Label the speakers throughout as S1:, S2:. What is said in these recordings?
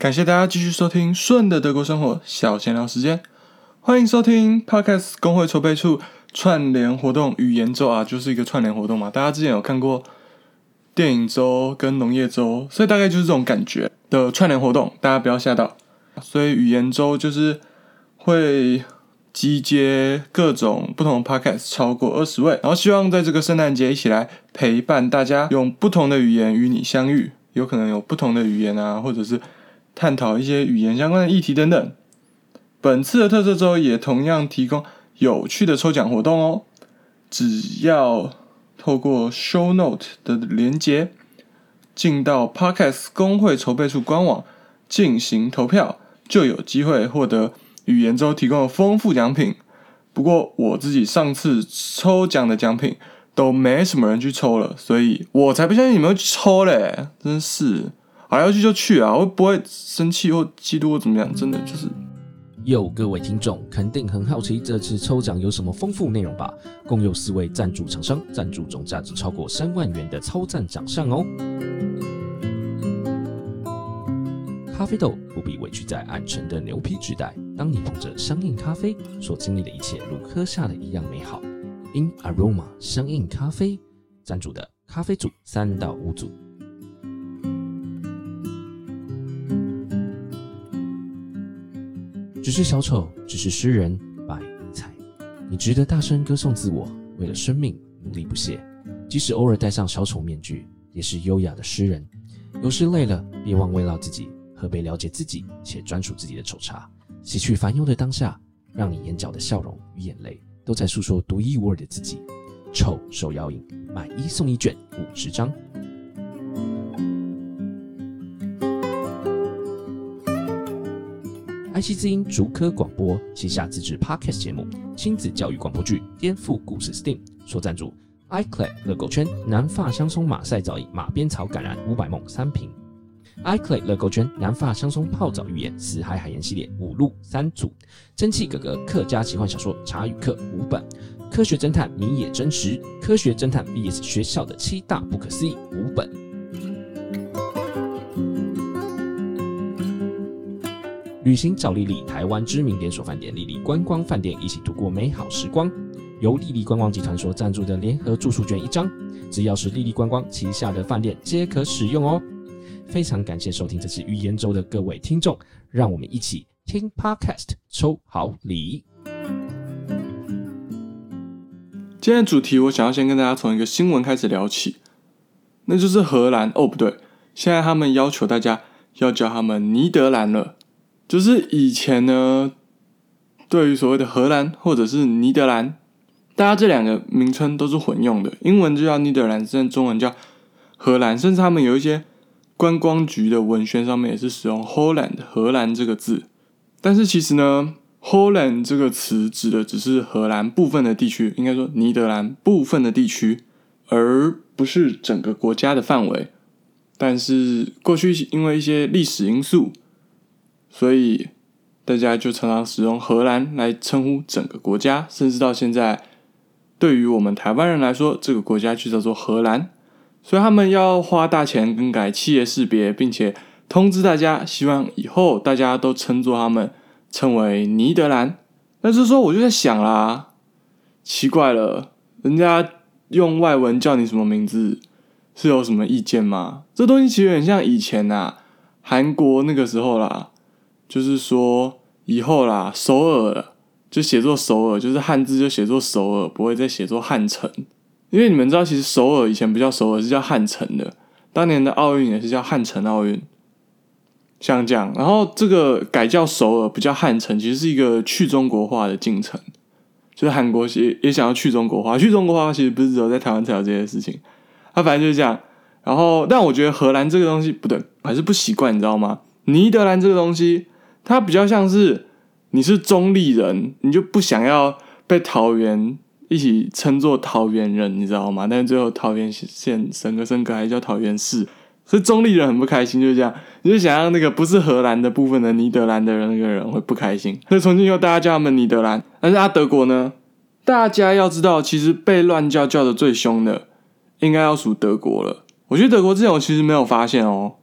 S1: 感谢大家继续收听顺的德国生活小闲聊时间，欢迎收听 Podcast 工会筹备处串联活动语言周啊，就是一个串联活动嘛。大家之前有看过电影周跟农业周，所以大概就是这种感觉的串联活动，大家不要吓到。所以语言周就是会集结各种不同的 Podcast 超过20位，然后希望在这个圣诞节一起来陪伴大家，用不同的语言与你相遇，有可能有不同的语言啊，或者是探讨一些语言相关的议题等等。本次的特色周也同样提供有趣的抽奖活动哦，只要透过 Show Note 的连结进到 Podcast 工会筹备处官网进行投票，就有机会获得语言周提供的丰富奖品。不过我自己上次抽奖的奖品都没什么人去抽了，所以我才不相信你们会去抽嘞，真是。好，要去就去啊，我不会生气或嫉妒或怎么样，真的就是。
S2: 各位听众肯定很好奇这次抽奖有什么丰富内容吧？共有4位赞助厂商，赞助总价值超过3万元的超赞奖项哦。咖啡豆不必委屈在暗沉的牛皮纸袋，当你捧着香印咖啡，所经历的一切如喝下的一样美好。In Aroma 香印咖啡赞助的咖啡组3到5组。只是小丑，只是诗人，百尼采。你值得大声歌颂自我，为了生命努力不懈。即使偶尔戴上小丑面具，也是优雅的诗人。有时累了，别忘慰劳自己，喝杯了解自己且专属自己的丑茶，洗去烦忧的当下，让你眼角的笑容与眼泪都在诉说独一无二的自己。丑手摇饮，买1送1卷50张。爱惜之音竹科广播旗下自制 Podcast 节目亲子教育广播剧《颠覆故事 STEAM》所赞助 iClay 乐购圈南法香松马赛皂液马鞭草橄榄500梦3瓶， iClay 乐购圈南法香松泡澡浴盐死海海盐系列5路3组，蒸汽哥哥客家奇幻小说茶与课5本，科学侦探谜野真实，科学侦探 VS 学校的7大不可思议5本。旅行找丽丽，台湾知名连锁饭店丽丽观光饭店，一起度过美好时光。由丽丽观光集团所赞助的联合住宿券1张，只要是丽丽观光旗下的饭店皆可使用哦。非常感谢收听这次语言周的各位听众，让我们一起听 Podcast 抽好礼。
S1: 今天的主题我想要先跟大家从一个新闻开始聊起，那就是荷兰哦，不对，现在他们要求大家要叫他们尼德兰了。就是以前呢，对于所谓的荷兰或者是尼德兰，大家这两个名称都是混用的，英文就叫尼德兰，甚至中文叫荷兰，甚至他们有一些观光局的文宣上面也是使用 Holland 荷兰这个字。但是其实呢， Holland 这个词指的只是荷兰部分的地区，应该说尼德兰部分的地区，而不是整个国家的范围。但是过去因为一些历史因素，所以大家就常常使用荷兰来称呼整个国家，甚至到现在对于我们台湾人来说，这个国家就叫做荷兰。所以他们要花大钱更改企业识别，并且通知大家，希望以后大家都称作他们称为尼德兰。那这时候我就在想啦，奇怪了，人家用外文叫你什么名字是有什么意见吗？这东西其实有点像以前韩国那个时候啦，就是说以后啦，首尔了就写作首尔，就是汉字就写作首尔，不会再写作汉城。因为你们知道其实首尔以前不叫首尔，是叫汉城的，当年的奥运也是叫汉城奥运，像这样。然后这个改叫首尔不叫汉城，其实是一个去中国化的进程，就是韩国也想要去中国化，去中国化其实不是只有在台湾才有这些事情，反正就是这样。然后但我觉得荷兰这个东西不对，还是不习惯，你知道吗？尼德兰这个东西它比较像是你是中立人，你就不想要被桃园一起称作桃园人，你知道吗？但是最后桃园县升格还叫桃园市，所以中立人很不开心，就是这样。你就想让那个不是荷兰的部分的尼德兰的人那个人会不开心，所以从今以后大家叫他们尼德兰。但是德国呢，大家要知道，其实被乱叫的最凶的应该要属德国了。我觉得德国之前我其实没有发现哦，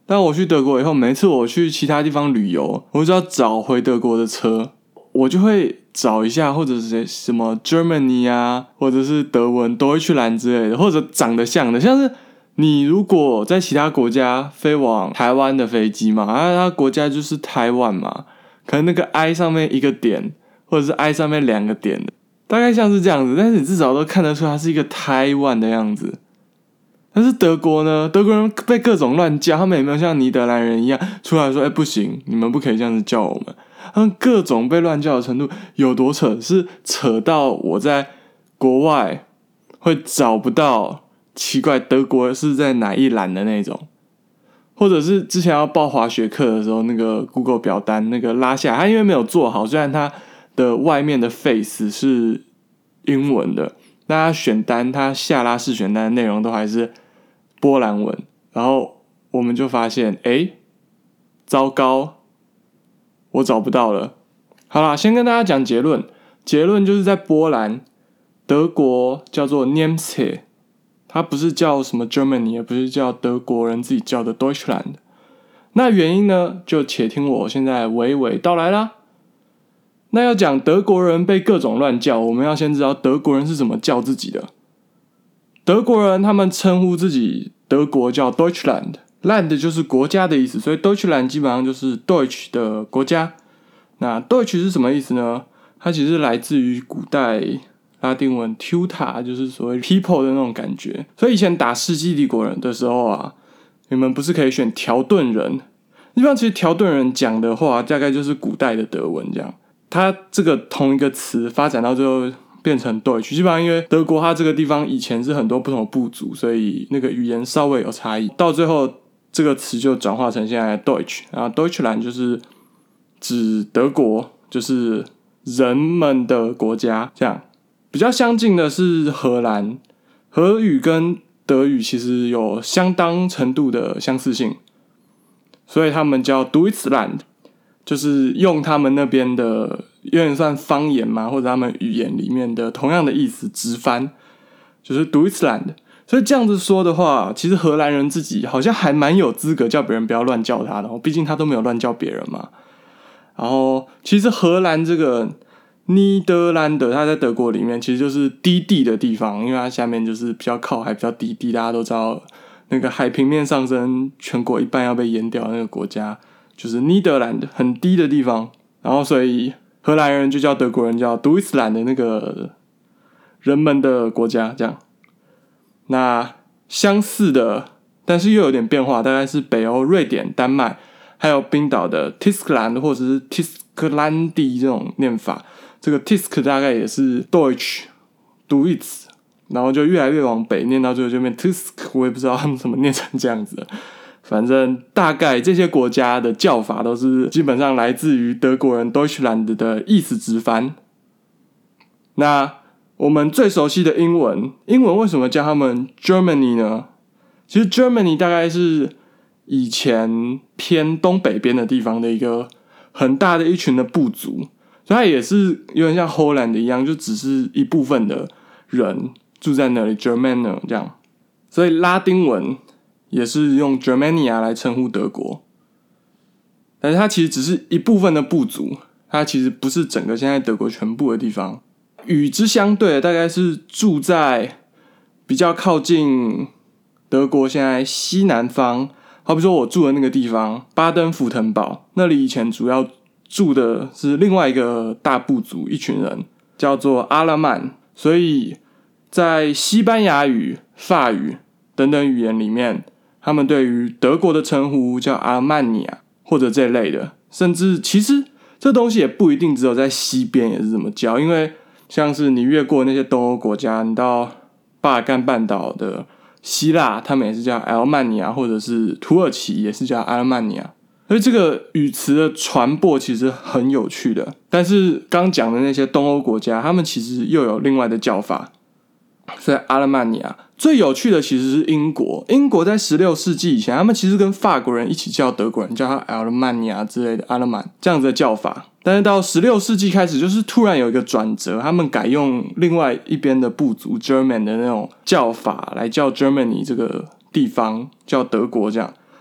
S1: 但我去德国以后，每次我去其他地方旅游，我就要找回德国的车，我就会找一下，或者是什么 Germany 啊，或者是德文 Deutschland 之类的，或者长得像的，像是你如果在其他国家飞往台湾的飞机嘛，它国家就是台湾嘛，可能那个 I 上面一个点，或者是 I 上面2个点的，大概像是这样子，但是你至少都看得出它是一个台湾的样子。但是德国呢？德国人被各种乱叫，他们也没有像尼德兰人一样出来说：“不行，你们不可以这样子叫我们。”他们各种被乱叫的程度有多扯，是扯到我在国外会找不到奇怪德国是在哪一栏的那种，或者是之前要报滑雪课的时候，那个 Google 表单那个拉下来，它因为没有做好，虽然它的外面的 face 是英文的。那他选单，他下拉式选单的内容都还是波兰文，然后我们就发现，糟糕，我找不到了。好啦，先跟大家讲结论，结论就是在波兰，德国叫做 Niemce， 它不是叫什么 Germany， 也不是叫德国人自己叫的 Deutschland。那原因呢，就且听我现在娓娓道来啦。那要讲德国人被各种乱叫，我们要先知道德国人是怎么叫自己的。德国人他们称呼自己德国叫 Deutschland，land 就是国家的意思，所以 Deutschland 基本上就是 Deutsch 的国家。那 Deutsch 是什么意思呢？它其实来自于古代拉丁文 tuta， 就是所谓 people 的那种感觉。所以以前打世纪帝国人的时候啊，你们不是可以选条顿人？基本上其实条顿人讲的话大概就是古代的德文这样。它这个同一个词发展到最后变成 Deutsch， 基本上因为德国它这个地方以前是很多不同的部族，所以那个语言稍微有差异，到最后这个词就转化成现在的 Deutsch， 然后 Deutschland 就是指德国，就是人们的国家这样。比较相近的是荷兰，荷语跟德语其实有相当程度的相似性，所以他们叫 Deutschland，就是用他们那边的有点算方言嘛，或者他们语言里面的同样的意思直翻，就是 Deutschland。 所以这样子说的话，其实荷兰人自己好像还蛮有资格叫别人不要乱叫他的，毕竟他都没有乱叫别人嘛。然后其实荷兰这个尼德兰德，它在德国里面其实就是低地的地方，因为它下面就是比较靠海比较低地，大家都知道那个海平面上升全国一半要被淹掉的那个国家就是尼德兰很低的地方，然后所以荷兰人就叫德国人叫 Deutschland 的那个人们的国家这样。那相似的但是又有点变化，大概是北欧瑞典、丹麦还有冰岛的 Tyskland 或者是 Tysklandy 这种念法，这个 Tysk 大概也是 Deutsch Deutsch， 然后就越来越往北念到最后就变 Tysk， 我也不知道他们怎么念成这样子的，反正大概这些国家的叫法都是基本上来自于德国人 Deutschland 的意思直翻。那我们最熟悉的英文为什么叫他们 Germany 呢？其实 Germany 大概是以前偏东北边的地方的一个很大的一群的部族，所以它也是有点像 Holland 一样，就只是一部分的人住在那里 Germany 这样。所以拉丁文也是用 Germania 来称呼德国，但是它其实只是一部分的部族，它其实不是整个现在德国全部的地方。与之相对的大概是住在比较靠近德国现在西南方，好比说我住的那个地方巴登符腾堡，那里以前主要住的是另外一个大部族，一群人叫做阿勒曼，所以在西班牙语、法语等等语言里面，他们对于德国的称呼叫阿勒曼尼亚或者这类的，甚至其实这东西也不一定只有在西边也是这么叫，因为像是你越过那些东欧国家，你到巴尔干半岛的希腊，他们也是叫阿勒曼尼亚，或者是土耳其也是叫阿勒曼尼亚。所以这个语词的传播其实很有趣的，但是刚讲的那些东欧国家，他们其实又有另外的叫法。所以阿勒曼尼亚最有趣的其实是英国，英国在16世纪以前，他们其实跟法国人一起叫德国人，叫他阿勒曼尼亚之类的阿勒曼这样子的叫法。但是到16世纪开始，就是突然有一个转折，他们改用另外一边的部族 German 的那种叫法来叫 Germany 这个地方，叫德国这样。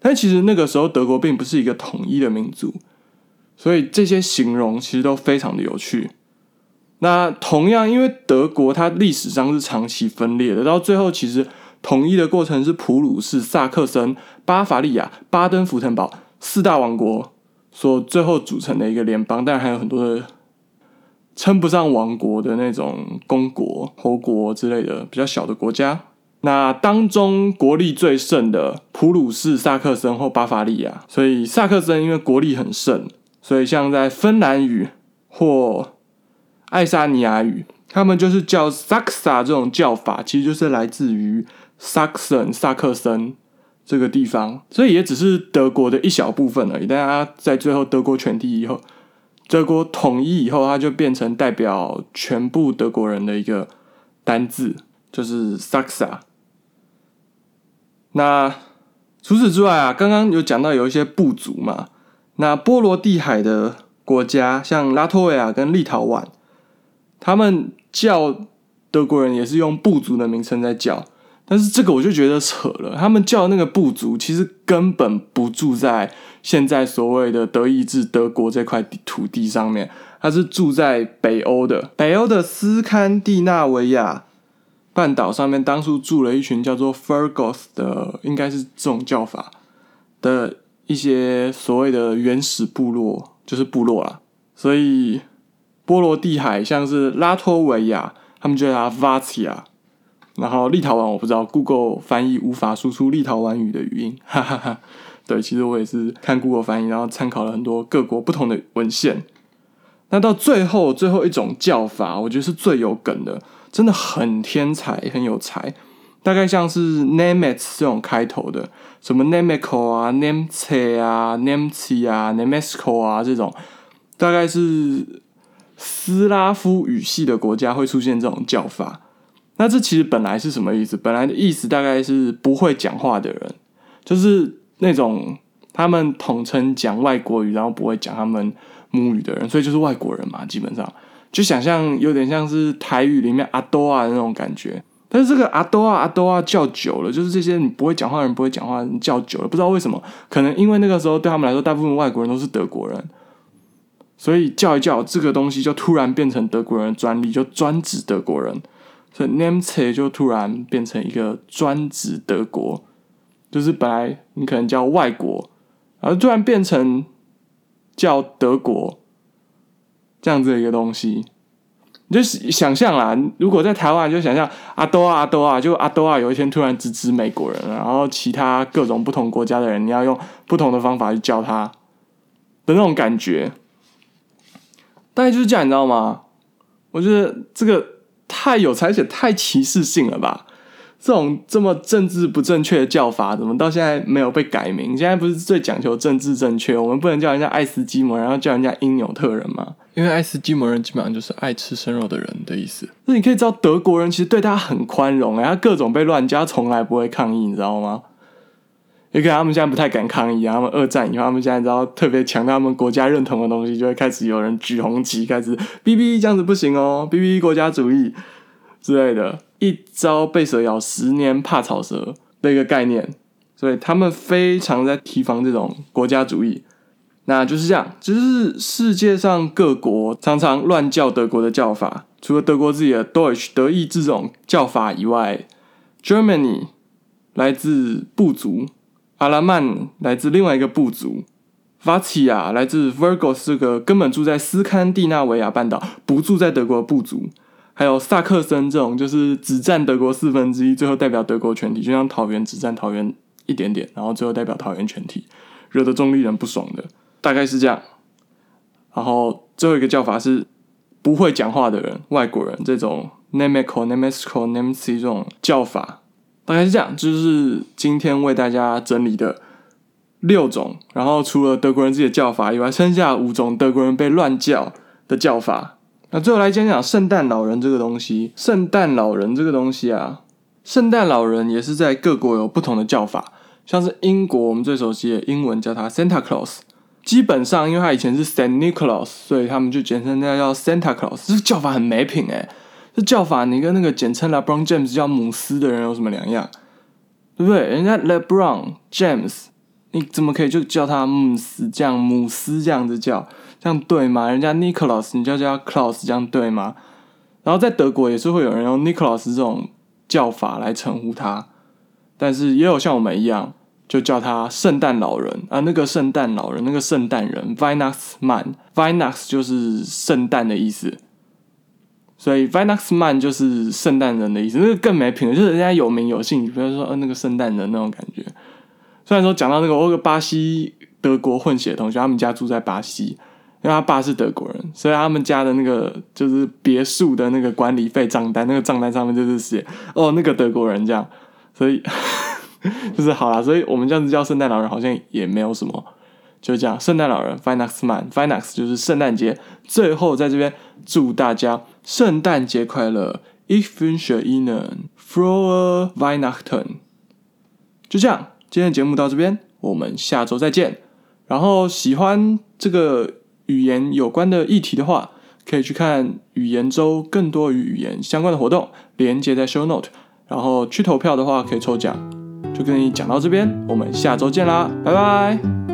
S1: 但其实那个时候德国并不是一个统一的民族，所以这些形容其实都非常的有趣。那同样，因为德国它历史上是长期分裂的，到最后其实统一的过程是普鲁士、萨克森、巴伐利亚、巴登符腾堡4大王国所最后组成的一个联邦，当然还有很多的称不上王国的那种公国、侯国之类的比较小的国家。那当中国力最盛的普鲁士、萨克森或巴伐利亚，所以萨克森因为国力很盛，所以像在芬兰语或爱沙尼亚语，他们就是叫 Saksa 这种叫法，其实就是来自于 Saxon 萨克森这个地方，所以也只是德国的一小部分而已。但它在最后德国全体以后，德国统一以后，它就变成代表全部德国人的一个单字，就是 Saksa。那除此之外啊，刚刚有讲到有一些部族嘛，那波罗的海的国家，像拉脱维亚跟立陶宛，他们叫德国人也是用部族的名称在叫，但是这个我就觉得扯了。他们叫那个部族，其实根本不住在现在所谓的德意志德国这块土地上面，他是住在北欧的斯堪的纳维亚半岛上面，当初住了一群叫做 Fergoth 的，应该是这种叫法的一些所谓的原始部落，就是部落啦。所以波罗的海像是拉脱维亚，他们就叫它 Vacia， 然后立陶宛我不知道 Google 翻译无法输出立陶宛语的语音，哈哈哈。对，其实我也是看 Google 翻译，然后参考了很多各国不同的文献。那到最后一种叫法，我觉得是最有梗的，真的很天才，很有才。大概像是 Nemec 这种开头的，什么 Nemeko 啊、Nemce 啊、Nemci 啊、Nemesco 啊这种，大概是斯拉夫语系的国家会出现这种叫法。那这其实本来是什么意思？本来的意思大概是不会讲话的人，就是那种他们统称讲外国语然后不会讲他们母语的人，所以就是外国人嘛，基本上就想象有点像是台语里面阿多啊的那种感觉。但是这个阿多啊叫久了，就是这些你不会讲话的人不会讲话的人叫久了，不知道为什么，可能因为那个时候对他们来说大部分外国人都是德国人，所以叫一叫这个东西就突然变成德国人的专利，就专指德国人，所以 Nemce 就突然变成一个专指德国，就是本来你可能叫外国，然后突然变成叫德国这样子的一个东西。你就想象啦，如果在台湾就想象阿多啊，就阿多啊有一天突然直指美国人，然后其他各种不同国家的人，你要用不同的方法去叫他的那种感觉，大概就是这样，你知道吗？我觉得这个太有才，而且太歧视性了吧？这种这么政治不正确的叫法，怎么到现在没有被改名？现在不是最讲求政治正确，我们不能叫人家爱斯基摩人，然后叫人家因纽特人吗？因为爱斯基摩人基本上就是爱吃生肉的人的意思。那你可以知道德国人其实对他很宽容，他各种被乱叫从来不会抗议，你知道吗？也可能他们现在不太敢抗议啊，他们二战以后，他们现在知道特别强调他们国家认同的东西，就会开始有人举红旗，开始哔哔这样子不行哦，哔哔国家主义之类的，一朝被蛇咬，10年怕草蛇的一个概念，所以他们非常在提防这种国家主义。那就是这样，就是世界上各国常常乱叫德国的叫法，除了德国自己的 Deutsch 德意志这种叫法以外， Germany 来自部族，阿拉曼来自另外一个部族， Vacia 来自 Virgos 这个根本住在斯堪的纳维亚半岛不住在德国的部族，还有萨克森这种就是只占德国1/4，最后代表德国全体，就像桃园只占桃园一点点，然后最后代表桃园全体，惹得中立人不爽的，大概是这样。然后最后一个叫法是不会讲话的人，外国人，这种 Nemeko、Nemesco、Nemci 这种叫法，大概是这样。就是今天为大家整理的6种，然后除了德国人自己的叫法以外，剩下5种德国人被乱叫的叫法。那最后来讲讲圣诞老人这个东西。圣诞老人这个东西啊，圣诞老人也是在各国有不同的叫法，像是英国我们最熟悉的英文叫它 Santa Claus， 基本上因为它以前是 Saint Nicholas， 所以他们就简称它叫 Santa Claus。这个叫法很没品这叫法你跟那个简称 LeBron James 叫姆斯的人有什么两样？对不对？人家 LeBron James 你怎么可以就叫他姆斯这样子叫，这样对吗？人家 Nicholas 你就叫他 Klaus 这样对吗？然后在德国也是会有人用 Nicholas 这种叫法来称呼他，但是也有像我们一样就叫他圣诞老人啊，那个圣诞老人，那个圣诞人 Weihnachtsmann，Weihnachts 就是圣诞的意思，所以 Weihnachtsmann 就是圣诞人的意思，那个更没品了，就是人家有名有姓，比如说那个圣诞人那种感觉。虽然说讲到那个我有个巴西德国混血的同学，他们家住在巴西，因为他爸是德国人，所以他们家的那个就是别墅的那个管理费账单，那个账单上面就是写那个德国人这样，所以就是好啦，所以我们这样子叫圣诞老人好像也没有什么，就这样，圣诞老人 Weihnachtsmann，Weihnachts 就是圣诞节。最后在这边祝大家圣诞节快乐 ，Ich wünsche Ihnen frohe Weihnachten。就这样，今天的节目到这边，我们下周再见。然后喜欢这个语言有关的议题的话，可以去看语言周更多与语言相关的活动，连结在 show note。然后去投票的话可以抽奖。就跟你讲到这边，我们下周见啦，拜拜。